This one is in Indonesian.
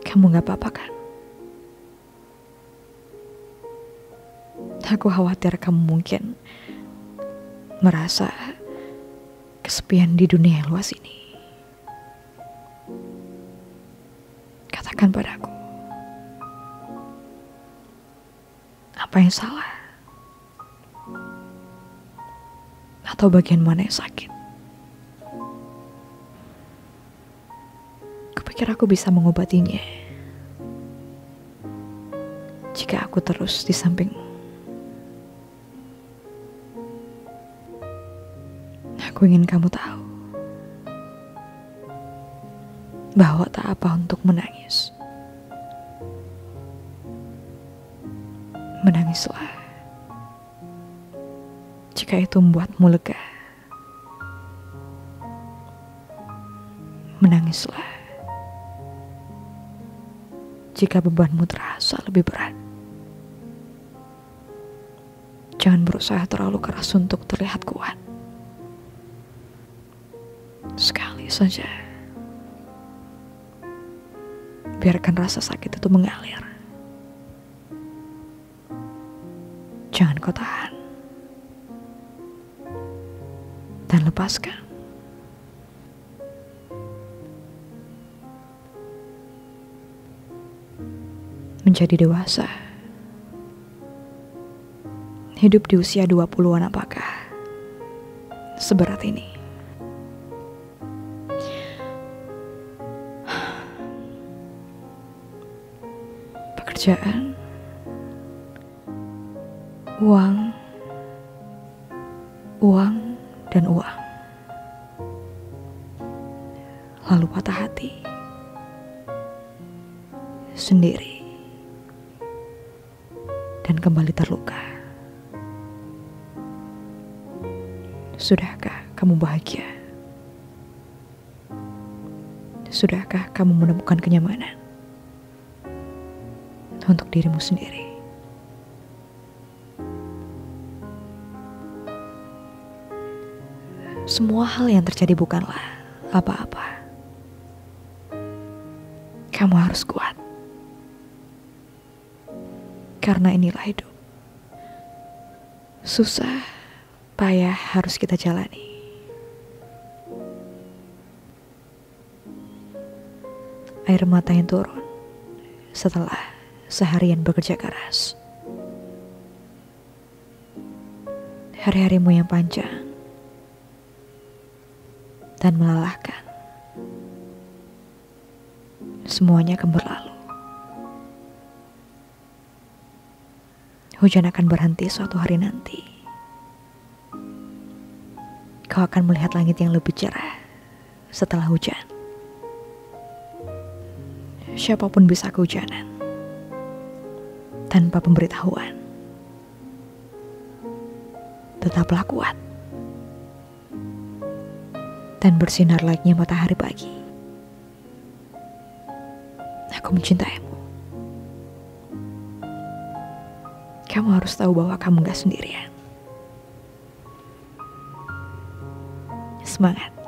Kamu gak apa-apa kan? Aku khawatir kamu mungkin merasa kesepian di dunia yang luas ini. Katakan padaku, apa yang salah? Atau bagian mana yang sakit? Kupikir aku bisa mengobatinya jika aku terus di sampingmu. Aku ingin kamu tahu bahwa tak apa untuk menangis. Menangislah jika itu membuatmu lega. Menangislah jika bebanmu terasa lebih berat. Jangan berusaha terlalu keras untuk terlihat kuat. Sekali saja biarkan rasa sakit itu mengalir. Jangan kau tahan dan lepaskan. Menjadi dewasa, hidup di usia 20-an apakah seberat ini? Pekerjaan, uang, dan uang. Lalu patah hati, sendiri, dan kembali terluka. Sudahkah kamu bahagia? Sudahkah kamu menemukan kenyamanan untuk dirimu sendiri? Semua hal yang terjadi bukanlah apa-apa. Kamu harus kuat. Karena inilah hidup. Susah, payah harus kita jalani. Air mata yang turun setelah seharian bekerja keras. Hari-harimu yang panjang dan melelahkan. Semuanya akan berlalu. Hujan akan berhenti suatu hari nanti. Kau akan melihat langit yang lebih cerah setelah hujan. Siapapun bisa kehujanan tanpa pemberitahuan. Tetaplah kuat dan bersinar layaknya matahari pagi. Aku mencintaimu. Kamu harus tahu bahwa kamu gak sendirian. Semangat.